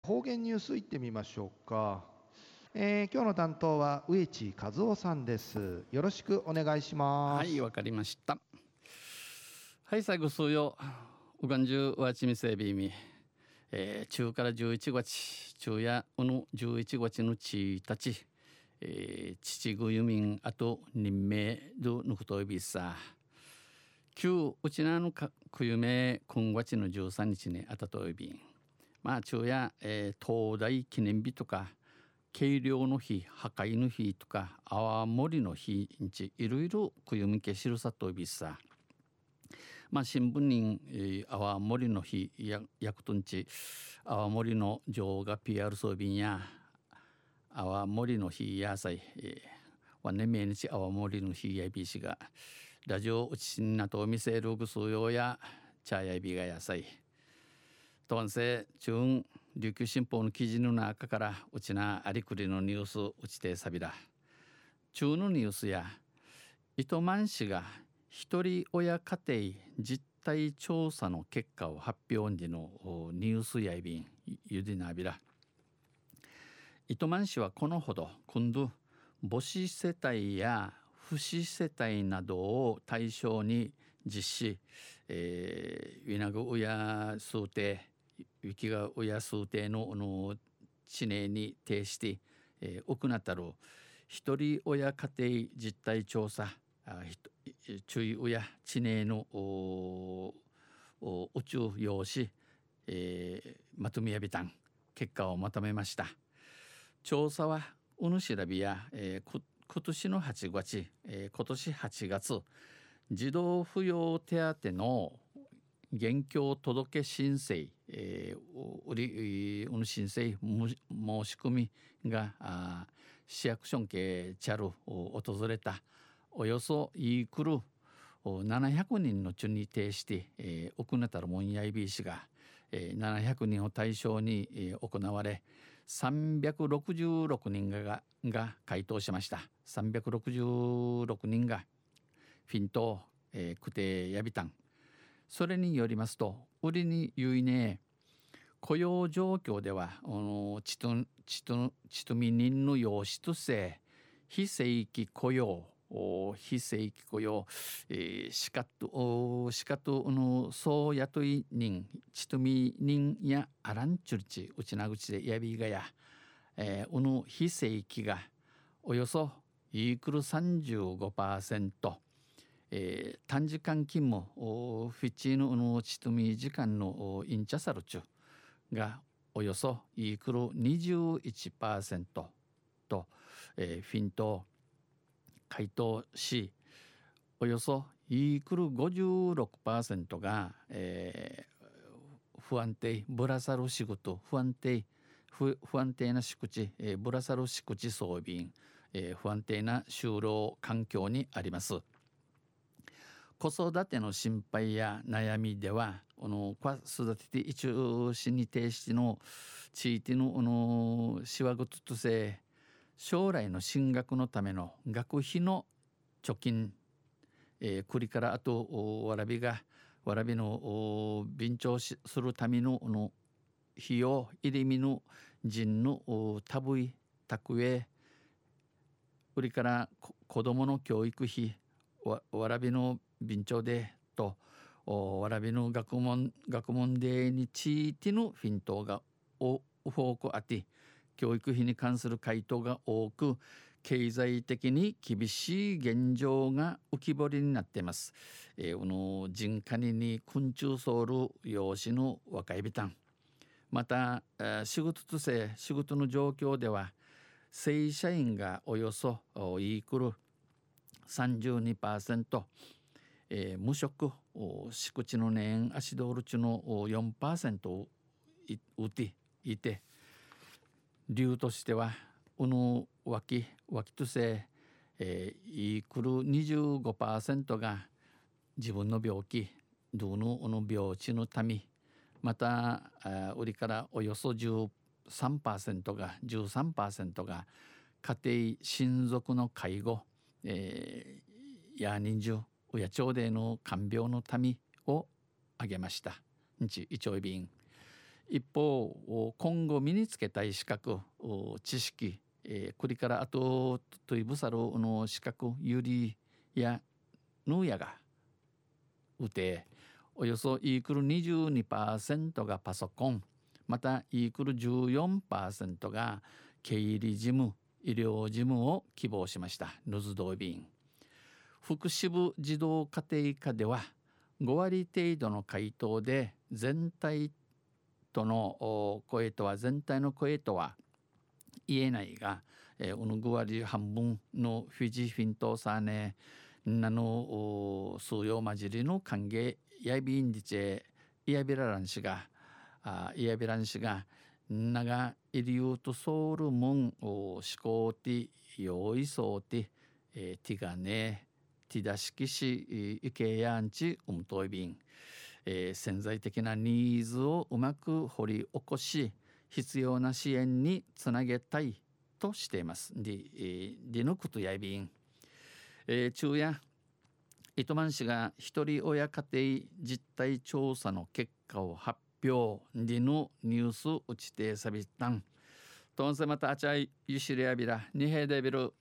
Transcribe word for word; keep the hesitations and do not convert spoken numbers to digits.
方言ニュースいってみましょうか。えー今日の担当は植地和夫さんです。よろしくお願いします。 はい、わかりました。はい、最後数曜うがんじゅうわちみせびみ、えー、中からじゅういちがつ中やうぬじゅういちがつのちたち、えー、父ぐゆみんあと任命どぬくといびさ旧うちなのかくゆめくんがちのじゅうさんにちにあたといびんまあ中や、えー、東大記念日とか軽量の日、破壊の日とか泡盛の日にちいろいろくゆみけしるさといびさまあ新聞に、えー、泡盛の日ややくとんち泡盛の女王が ピーアール 装備や泡盛の日やさい、えー、わねめにち泡盛の日やびしがラジオうちしんなと見せるぐすよや茶やびがやさいとんせ中琉球新報の記事の中からうちなありくりのニュースうちてさびら中のニュースや糸満市が一人親家庭実態調査の結果を発表時のニュースやいびんゆでなびら糸満市はこのほど今度母子世帯や父子世帯などを対象に実施、えー、ウィナグウヤ数定ウィキガウヤ数定のの地名に呈して、えー、行ったる一人親家庭実態調査注意親地名の宇宙用紙、えー、まとめやびたん結果をまとめました。調査はうぬしらびや、えー、今年のはちがつ、えー、今年はちがつ児童扶養手当の現況届申請、えー、うりうぬ申請申し込みが市役所系チャルを訪れたおよそイークルななひゃくにんの中に呈して、えー、行ったるもんやいびいしが、えー、ななひゃくにんを対象に、えー、行われさんびゃくろくじゅうろくにんがが回答しました。さんびゃくろくじゅうろくにんがフィント、えー、クテヤビタンそれによりますと売りにゆいね雇用状況ではちとちとちとみ人の養子とせ非正規雇用非正規雇用、えー、しかとしかとの総雇い人ちとみ人やあらんちゅるちうちなぐちでやびがや、えー、うぬ非正規がおよそイークル さんじゅうごパーセント、えー、短時間勤務フィッチーののちとみ時間のインチャサルチュがおよそイークル にじゅういちパーセント と、えー、フィント回答しおよそイークル ごじゅうろくパーセント が、えー、不安定ぶらさる仕事不安定不, 不安定な敷地、えー、ぶらさる敷地装備、えー、不安定な就労環境にあります。子育ての心配や悩みではこの子育て一中心に提出の地域のこのしわぐつとせ将来の進学のための学費の貯金、えー、栗からあとわらびがわらびの便乗するためのの費用入り身の人のたぶい宅へ売りから子どもの教育費わ, わらびの便乗でとわらびの学問学問でについてのフィントが多くあって教育費に関する回答が多く経済的に厳しい現状が浮き彫りになっています。えー、この人家に昆虫ソウル養子の若いびたんまた仕事とせ仕事の状況では正社員がおよそイークル さんじゅうにパーセント、えー、無職敷地の年足道路中の よんパーセント うていて理由としてはうぬわきわきとせ、えー、イークル にじゅうごパーセント が自分の病気どのうぬ病地のためまた売りからおよそ じゅうさんパーセント が じゅうさんパーセント が家庭親族の介護、えー、や人数親朝での看病のためを挙げました。日一応便一方今後身につけたい資格知識、えー、これからあとといぶさるの資格有利やぬやがうておよそイークル にじゅうにパーセント がパソコンまたイークル じゅうよんパーセント が経理事務医療事務を希望しました。ヌズドービン福祉部児童家庭科ではご割程度の回答で全体との声とは全体の声とは言えないが、えー、うぬぐわり半分のフィジフィントーサーネなの数用混じりの歓迎やびんじちイヤビララン氏があイヤビラン氏が長いりゆうとソウルムン思考ティ用意そうティ、えー、ティガネティダシキシイケヤンチウムトイビン、えー、潜在的なニーズをうまく掘り起こし必要な支援につなげたいとしています。ディ、えー、ディヌクトヤビン、えー、昼夜糸満市が一人親家庭実態調査の結果を発表ディヌニュース打ちてさびたんとんせまたあちゃいゆしりやびらにへいでびる